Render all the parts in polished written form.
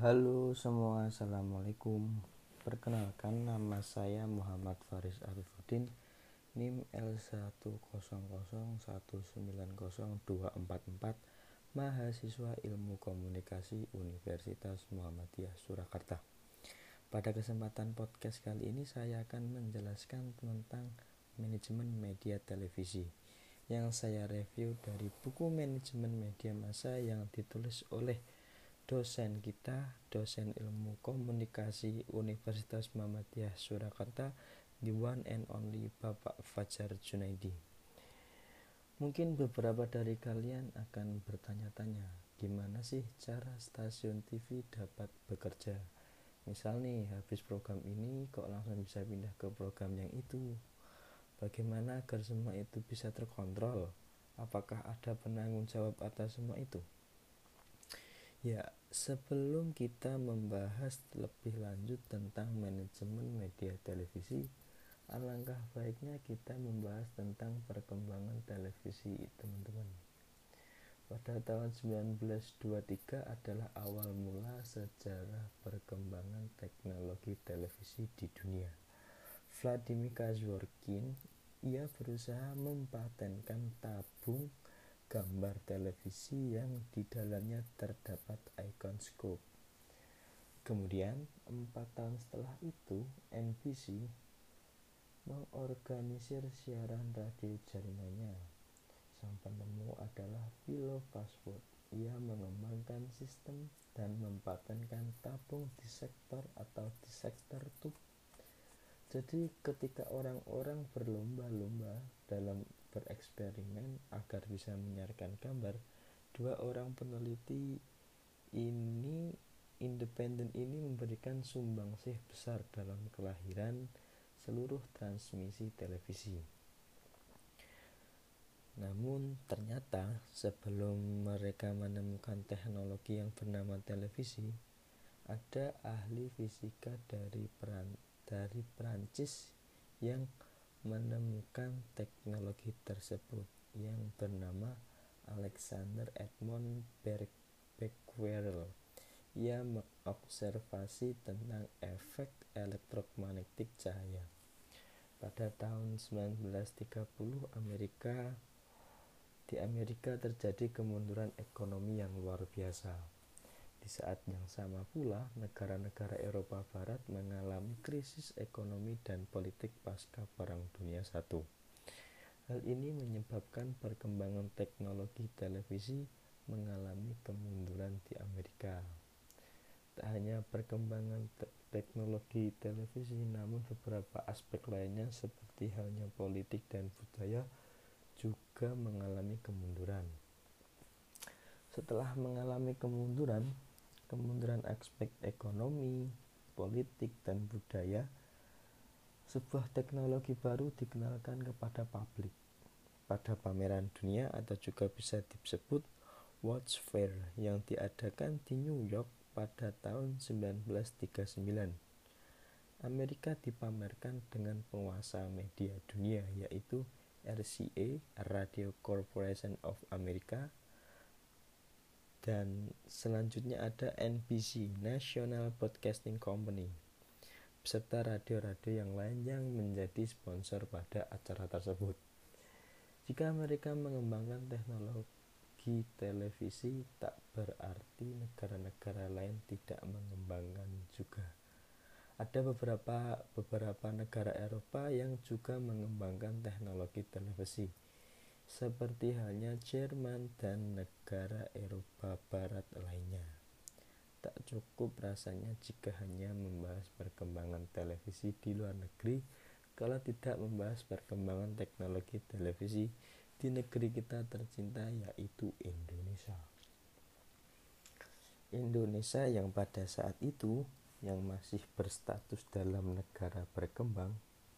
Halo semua, assalamualaikum. Perkenalkan, nama saya Muhammad Faris Arifuddin, NIM L100190244, mahasiswa Ilmu Komunikasi Universitas Muhammadiyah Surakarta. Pada kesempatan podcast kali ini saya akan menjelaskan tentang manajemen media televisi yang saya review dari buku Manajemen Media Massa yang ditulis oleh dosen kita, dosen Ilmu Komunikasi Universitas Muhammadiyah Surakarta, the one and only Bapak Fajar Junaidi. Mungkin beberapa dari kalian akan bertanya-tanya, gimana sih cara stasiun TV dapat bekerja? Misal nih, habis program ini kok langsung bisa pindah ke program yang itu? Bagaimana agar semua itu bisa terkontrol? Apakah ada penanggung jawab atas semua itu? Ya, sebelum kita membahas lebih lanjut tentang manajemen media televisi, alangkah baiknya kita membahas tentang perkembangan televisi, teman-teman. Pada tahun 1923 adalah awal mula sejarah perkembangan teknologi televisi di dunia. Vladimir Kazworkin, ia berusaha mempatenkan tabung gambar televisi yang di dalamnya terdapat icon scope. Kemudian 4 tahun setelah itu, NBC mengorganisir siaran radio jaringannya. Sang penemu adalah Philo Passworth. Ia mengembangkan sistem dan mempatenkan tabung dissektor atau dissektor tube. Jadi ketika orang-orang berlomba-lomba dalam bereksperimen agar bisa menyiarkan gambar, 2 orang peneliti independen ini memberikan sumbangsih besar dalam kelahiran seluruh transmisi televisi. Namun ternyata sebelum mereka menemukan teknologi yang bernama televisi, ada ahli fisika dari Prancis yang menemukan teknologi tersebut yang bernama Alexander Edmond Becquerel. Ia mengobservasi tentang efek elektromagnetik cahaya. Pada tahun 1930 di Amerika terjadi kemunduran ekonomi yang luar biasa. Di saat yang sama pula, negara-negara Eropa Barat mengalami krisis ekonomi dan politik pasca Perang Dunia I. Hal ini menyebabkan perkembangan teknologi televisi mengalami kemunduran di Amerika. Tak hanya perkembangan teknologi televisi, namun beberapa aspek lainnya seperti halnya politik dan budaya juga mengalami kemunduran. Setelah mengalami kemunduran aspek ekonomi, politik, dan budaya, sebuah teknologi baru dikenalkan kepada publik pada pameran dunia atau juga bisa disebut World's Fair yang diadakan di New York pada tahun 1939. Amerika dipamerkan dengan penguasa media dunia yaitu RCA, Radio Corporation of America, dan selanjutnya ada NBC, National Broadcasting Company, beserta radio-radio yang lain yang menjadi sponsor pada acara tersebut. Jika Amerika mengembangkan teknologi televisi, tak berarti negara-negara lain tidak mengembangkan juga. Ada beberapa negara Eropa yang juga mengembangkan teknologi televisi, seperti halnya Jerman dan negara Eropa Barat lainnya. Tak cukup rasanya jika hanya membahas perkembangan televisi di luar negeri, kalau tidak membahas perkembangan teknologi televisi di negeri kita tercinta, yaitu Indonesia. Indonesia yang pada saat itu yang masih berstatus dalam negara berkembang.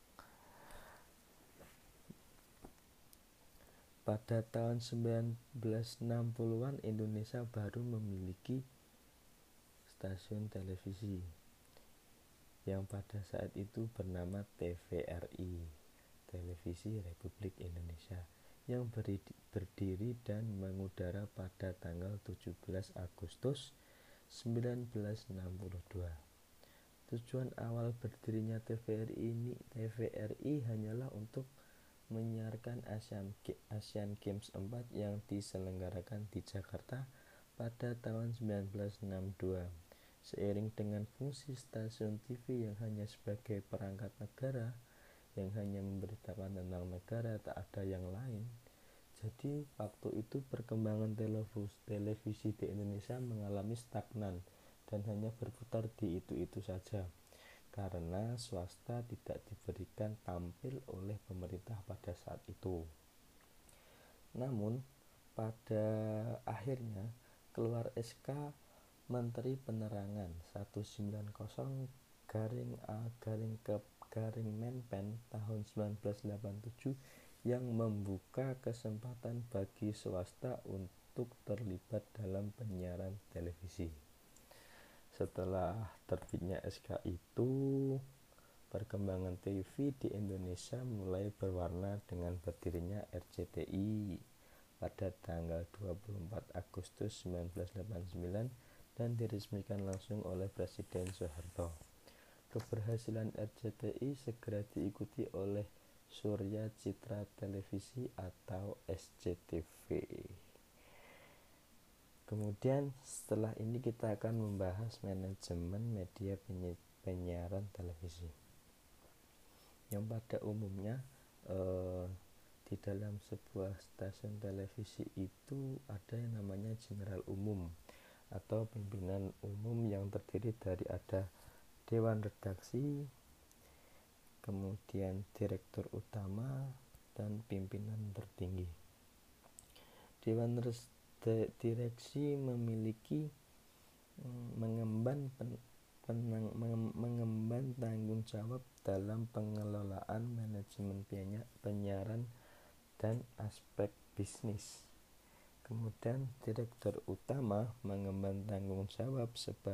Pada tahun 1960-an Indonesia baru memiliki stasiun televisi yang pada saat itu bernama TVRI, Televisi Republik Indonesia, yang berdiri dan mengudara pada tanggal 17 Agustus 1962. Tujuan awal berdirinya TVRI hanyalah untuk menyiarkan Asian Games 4 yang diselenggarakan di Jakarta pada tahun 1962. Seiring dengan fungsi stasiun TV yang hanya sebagai perangkat negara, yang hanya memberitakan tentang negara, tak ada yang lain. Jadi waktu itu perkembangan televisi di Indonesia mengalami stagnan dan hanya berputar di itu-itu saja, karena swasta tidak diberikan tampil oleh pemerintah pada saat itu. Namun pada akhirnya keluar SK Menteri Penerangan 190-A-Menpen tahun 1987 yang membuka kesempatan bagi swasta untuk terlibat dalam penyiaran televisi. Setelah terbitnya SK itu, perkembangan TV di Indonesia mulai berwarna dengan berdirinya RCTI pada tanggal 24 Agustus 1989 dan diresmikan langsung oleh Presiden Soeharto. Keberhasilan RCTI segera diikuti oleh Surya Citra Televisi atau SCTV. Kemudian setelah ini kita akan membahas manajemen media penyiaran televisi. Yang pada umumnya di dalam sebuah stasiun televisi itu ada yang namanya General Umum atau pimpinan umum yang terdiri dari ada Dewan Redaksi, kemudian Direktur Utama, dan pimpinan tertinggi. Dewan Direksi memiliki mengemban tanggung jawab dalam pengelolaan manajemen penyiaran dan aspek bisnis. Kemudian Direktur Utama mengemban tanggung jawab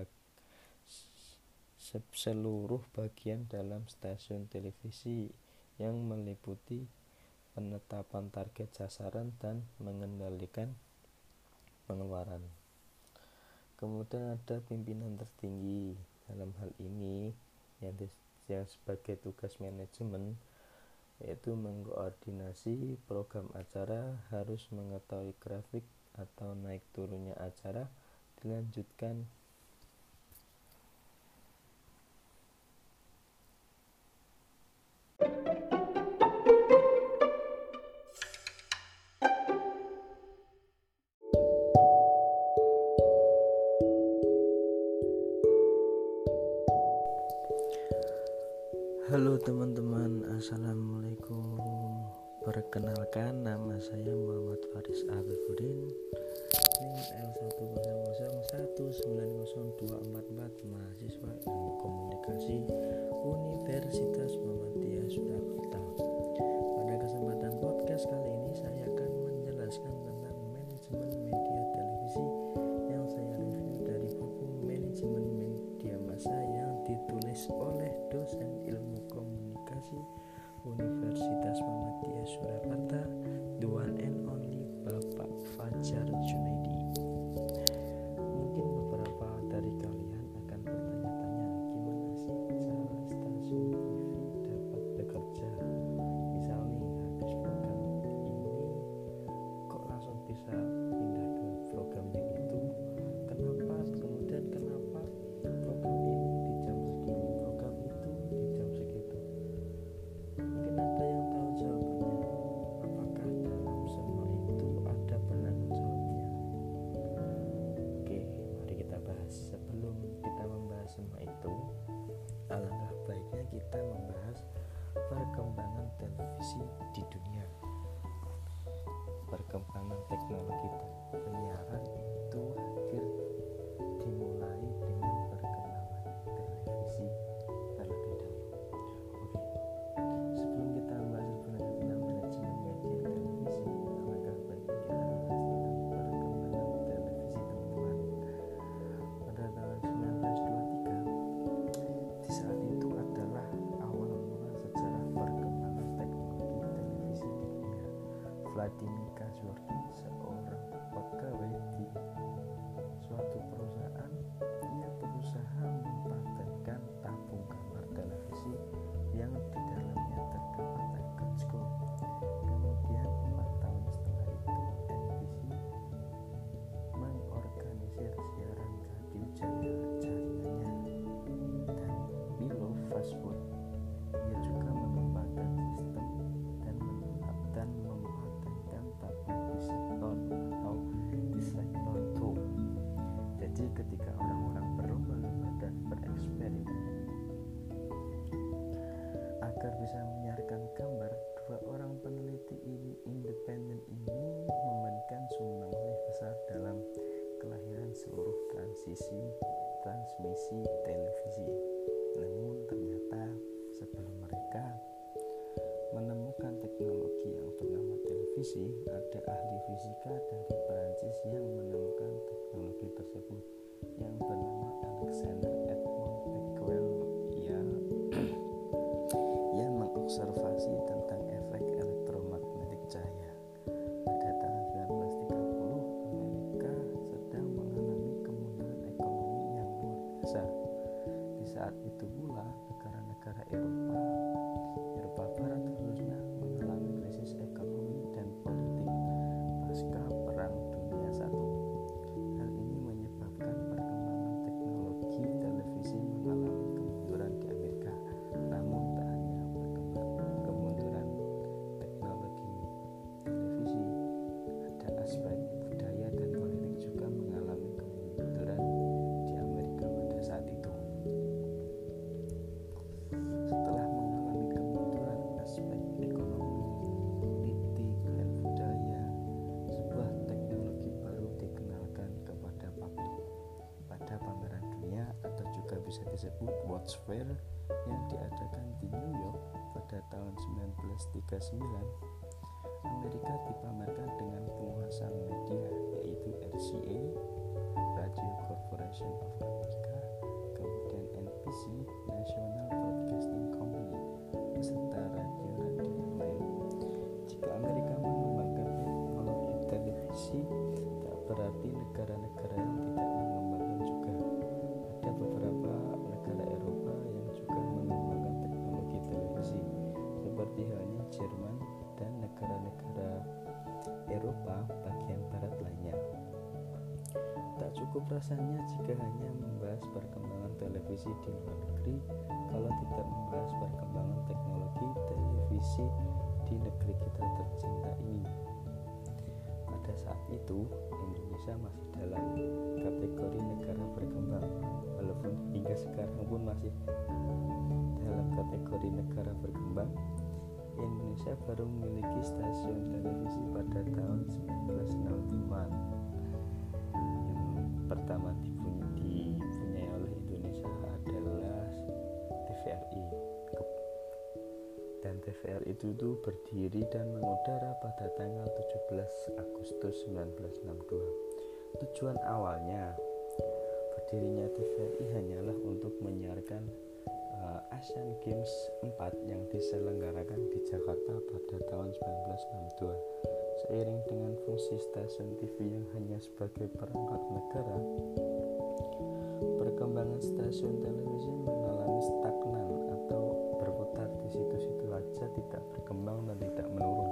seluruh bagian dalam stasiun televisi yang meliputi penetapan target sasaran dan mengendalikan pengeluaran. Kemudian ada pimpinan tertinggi. Dalam hal ini yang sebagai tugas manajemen yaitu mengkoordinasi program acara, harus mengetahui grafik atau naik turunnya acara, dilanjutkan Halo teman-teman, assalamualaikum. Perkenalkan, nama saya Muhammad Faris Abifuddin, NIM L100190244, mahasiswa Ilmu Komunikasi Universitas Muhammadiyah Surakarta. Pada kesempatan podcast kali ini saya akan menjelaskan tentang manajemen media televisi yang saya review dari buku Manajemen Media Massa yang ditulis oleh dosen Ilmu Komunikasi Universitas Muhammadiyah Surakarta, the one and only Bapak Fajar Junaidi. sisi transmisi televisi. Namun ternyata sebelum mereka menemukan teknologi yang bernama televisi, ada ahli fisika dari Perancis yang menemukan teknologi tersebut yang bernama Alexander Edmond Becquerel. Ia mengobservasi tentang efek elektromagnetik cahaya. Pada tahun 1930, Amerika sedang mengalami kemunduran ekonomi yang luar biasa. Di saat itu pula, negara-negara Eropa Barat khususnya mengalami krisis ekonomi dan politik pasca Perang Dunia I. Hal ini menyebabkan perkembangan teknologi televisi mengalami kemunduran di Amerika. Namun tak hanya kemunduran teknologi televisi, ada aspek budaya dan politik juga mengalami kemunduran di Amerika pada saat itu. Setelah mengalami kemunduran aspek ekonomi, politik, dan budaya, sebuah teknologi baru dikenalkan kepada publik pada pameran dunia atau juga bisa disebut World's Fair yang diadakan di New York pada tahun 1939. Amerika dipamerkan dengan penguasa media yaitu RCA, Radio Corporation of America, kemudian NBC, National Broadcasting Company, beserta radio-radio yang lain. Jika Amerika mengembangkan teknologi televisi, tak berarti negara-negara yang tidak mengembangkan juga. Ada beberapa negara Eropa yang juga mengembangkan teknologi televisi, seperti halnya Jerman dan negara-negara Eropa bagian barat lainnya. Tak cukup rasanya jika hanya membahas perkembangan televisi di luar negeri kalau tidak membahas perkembangan teknologi televisi di negeri kita tercinta ini. Pada saat itu, Indonesia masih dalam kategori negara berkembang, walaupun hingga sekarang pun masih dalam kategori negara berkembang. Indonesia baru memiliki stasiun televisi pada tahun 1960-an. Yang pertama dipunyai oleh Indonesia adalah TVRI. Dan TVRI itu berdiri dan mengudara pada tanggal 17 Agustus 1962. Tujuan awalnya berdirinya TVRI hanyalah untuk menyiarkan Asian Games 4 yang diselenggarakan di Jakarta pada tahun 1962. Seiring dengan fungsi stasiun TV yang hanya sebagai perangkat negara, perkembangan stasiun televisi mengalami stagnan atau berputar di situ-situ saja, tidak berkembang dan tidak menurun.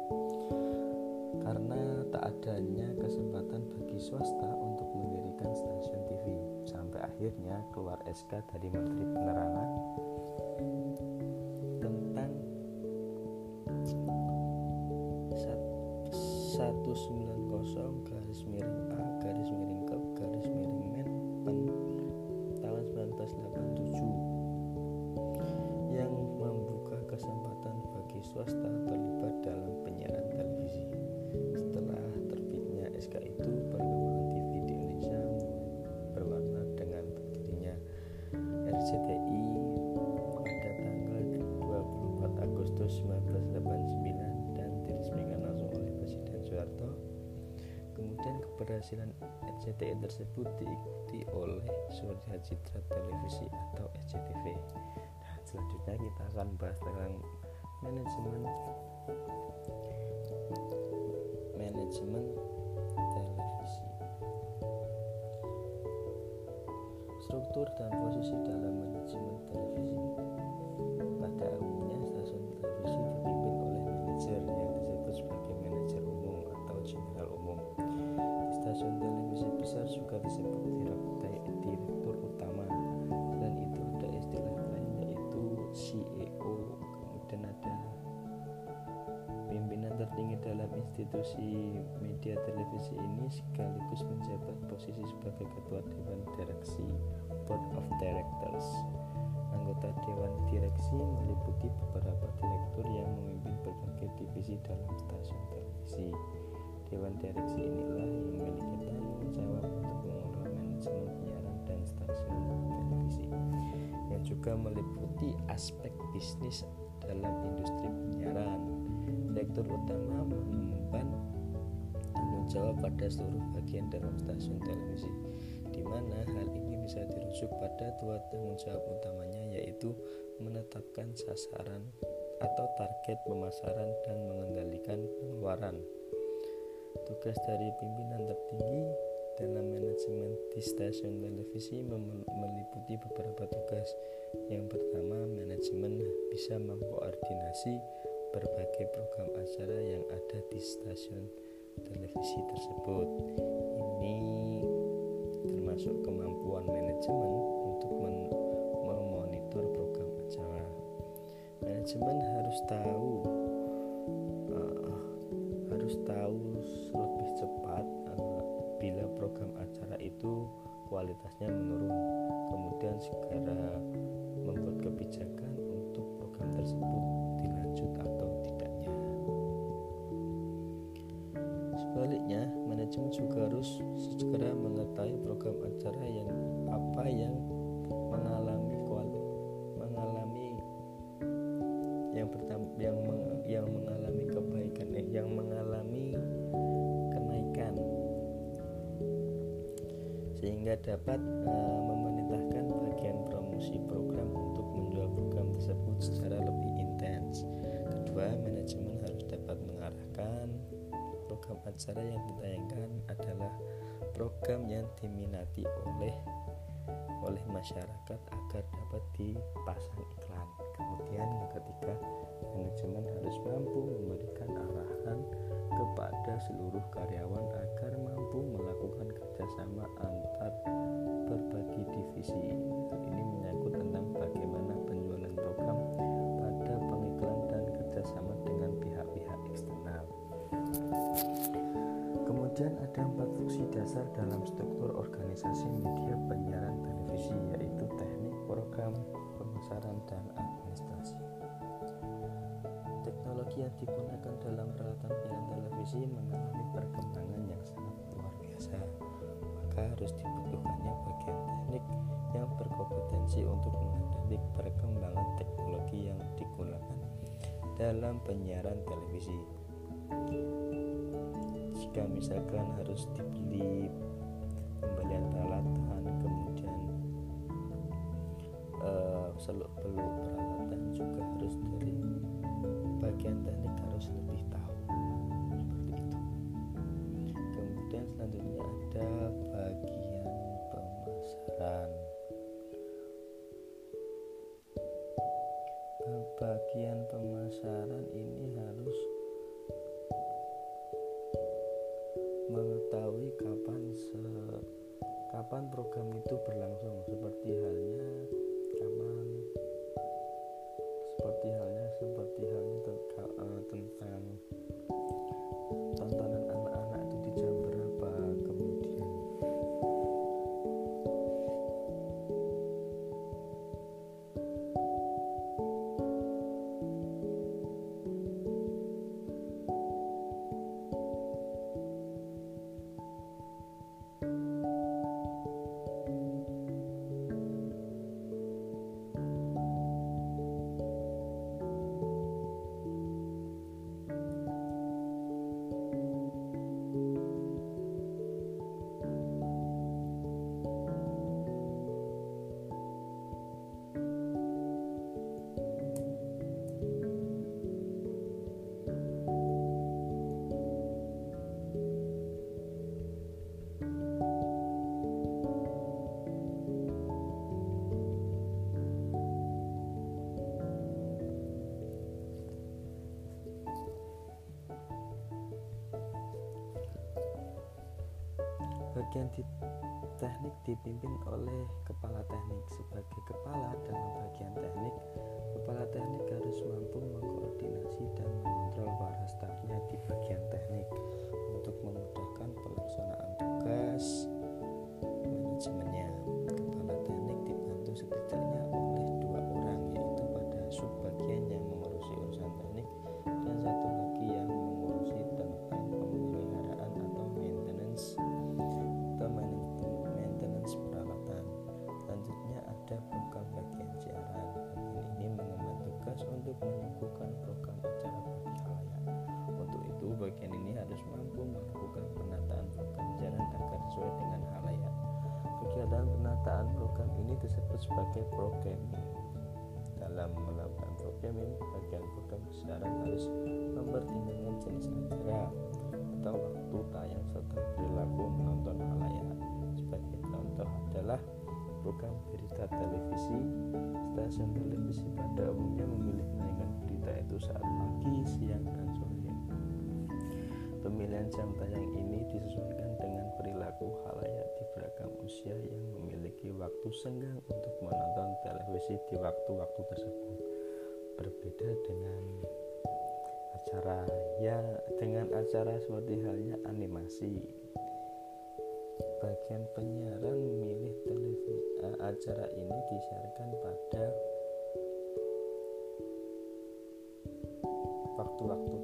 Karena tak adanya kesempatan bagi swasta untuk mendirikan stasiun TV, sampai akhirnya keluar SK dari Menteri Penerangan tentang 190/A/A/Men tahun 1987 yang membuka kesempatan bagi swasta terlibat dalam penyiaran televisi. Setelah terbitnya SK itu, perkembangan TV di Indonesia berwarna dengan berdirinya RCTI pada tanggal 24 Agustus 1989 dan diresmikan langsung oleh Presiden Soeharto. Kemudian keberhasilan RCTI tersebut diikuti oleh Surya Citra Televisi atau SCTV. Nah, selanjutnya kita akan bahas tentang manajemen televisi. Struktur dan posisi dalam manajemen televisi. Pada umumnya stasiun televisi dipimpin oleh manajer yang disebut sebagai manajer umum atau general umum. Di stasiun televisi besar juga disebut direktur utama. Selain itu ada istilah lain yaitu CEO. Kemudian ada pimpinan tertinggi dalam institusi media televisi ini sekaligus menjabat posisi sebagai ketua dewan direksi Board of Directors. Anggota dewan direksi meliputi beberapa direktur yang memimpin berbagai divisi dalam stasiun televisi. Dewan direksi inilah yang memiliki tanggung jawab untuk mengelola manajemen juga meliputi aspek bisnis dalam industri penyiaran. Direktur utama mengemban tanggung jawab pada seluruh bagian dalam stasiun televisi, di mana hal ini bisa dirujuk pada dua tanggung jawab utamanya, yaitu menetapkan sasaran atau target pemasaran dan mengendalikan pengeluaran. Tugas dari pimpinan tertinggi dalam manajemen di stasiun televisi meliputi beberapa tugas. Yang pertama, manajemen bisa mengkoordinasi berbagai program acara yang ada di stasiun televisi tersebut. Ini termasuk kemampuan manajemen untuk memonitor program acara. Manajemen harus tahu lebih cepat bila program acara itu kualitasnya menurun, kemudian segera membuat kebijakan untuk program tersebut dilanjut atau tidaknya. Sebaliknya, manajemen juga harus segera mengetahui program acara yang mengalami kenaikan, sehingga dapat memerintahkan bagian promosi program untuk menjual program tersebut secara lebih intens. Kedua, manajemen harus dapat mengarahkan program acara yang ditayangkan adalah program yang diminati oleh masyarakat agar dapat dipasang iklan. Kemudian yang ketiga, manajemen harus mampu memberikan arahan kepada seluruh karyawan agar mampu melakukan kerjasama antar berbagai divisi. Ini menyangkut tentang bagaimana penjualan program pada pengiklan dan kerjasama dengan pihak-pihak eksternal. Kemudian ada 4 fungsi dasar dalam struktur organisasi media penyiaran televisi, yaitu teknik, program, pemasaran, dan administrasi. Teknologi yang digunakan dalam peralatan penyiaran televisi mengalami perkembangan yang sangat luar biasa, maka harus dibutuhkannya bagian teknik yang berkompetensi untuk menghadapi perkembangan teknologi yang digunakan dalam penyiaran televisi. Jika misalkan harus dibeli pembelian peralatan, kemudian seluk-beluk peralatan juga harus dari bagian teknik harus lebih tahu, seperti itu. Kemudian selanjutnya ada bagian pemasaran. Bagian pemasaran ini harus mengetahui kapan program itu berlangsung, seperti halnya tentang tontonan anak-anak itu di jam berapa, kemudian bagian teknik dipimpin oleh kepala teknik. Sebagai kepala dalam bagian teknik, kepala teknik harus mampu mengkoordinasi dan mengontrol para stafnya di bagian teknik untuk memudahkan pelaksanaan tugas manajemennya. Kepala teknik dibantu setidaknya oleh 2 orang, yaitu pada subbagian yang mengurusi urusan teknik dan satu lagi yang mengurusi tentang pemeliharaan atau maintenance peralatan. Selanjutnya ada program bagian siaran. dan penataan program ini disebut sebagai programming. Dalam melakukan programming, bagian program besaran harus mempertimbangkan jenis acara atau waktu tayang serta perilaku menonton khalayak. Sebagai contoh adalah program berita televisi. Stasiun televisi pada umumnya memilih menayangkan berita itu saat pagi, siang, dan sore. Pemilihan jam tayang ini disesuaikan dengan perilaku khalayak di beragam usia yang memiliki waktu senggang untuk menonton televisi di waktu-waktu tersebut. Berbeda dengan acara seperti halnya animasi. Bagian penyiaran memilih acara ini disiarkan pada waktu-waktu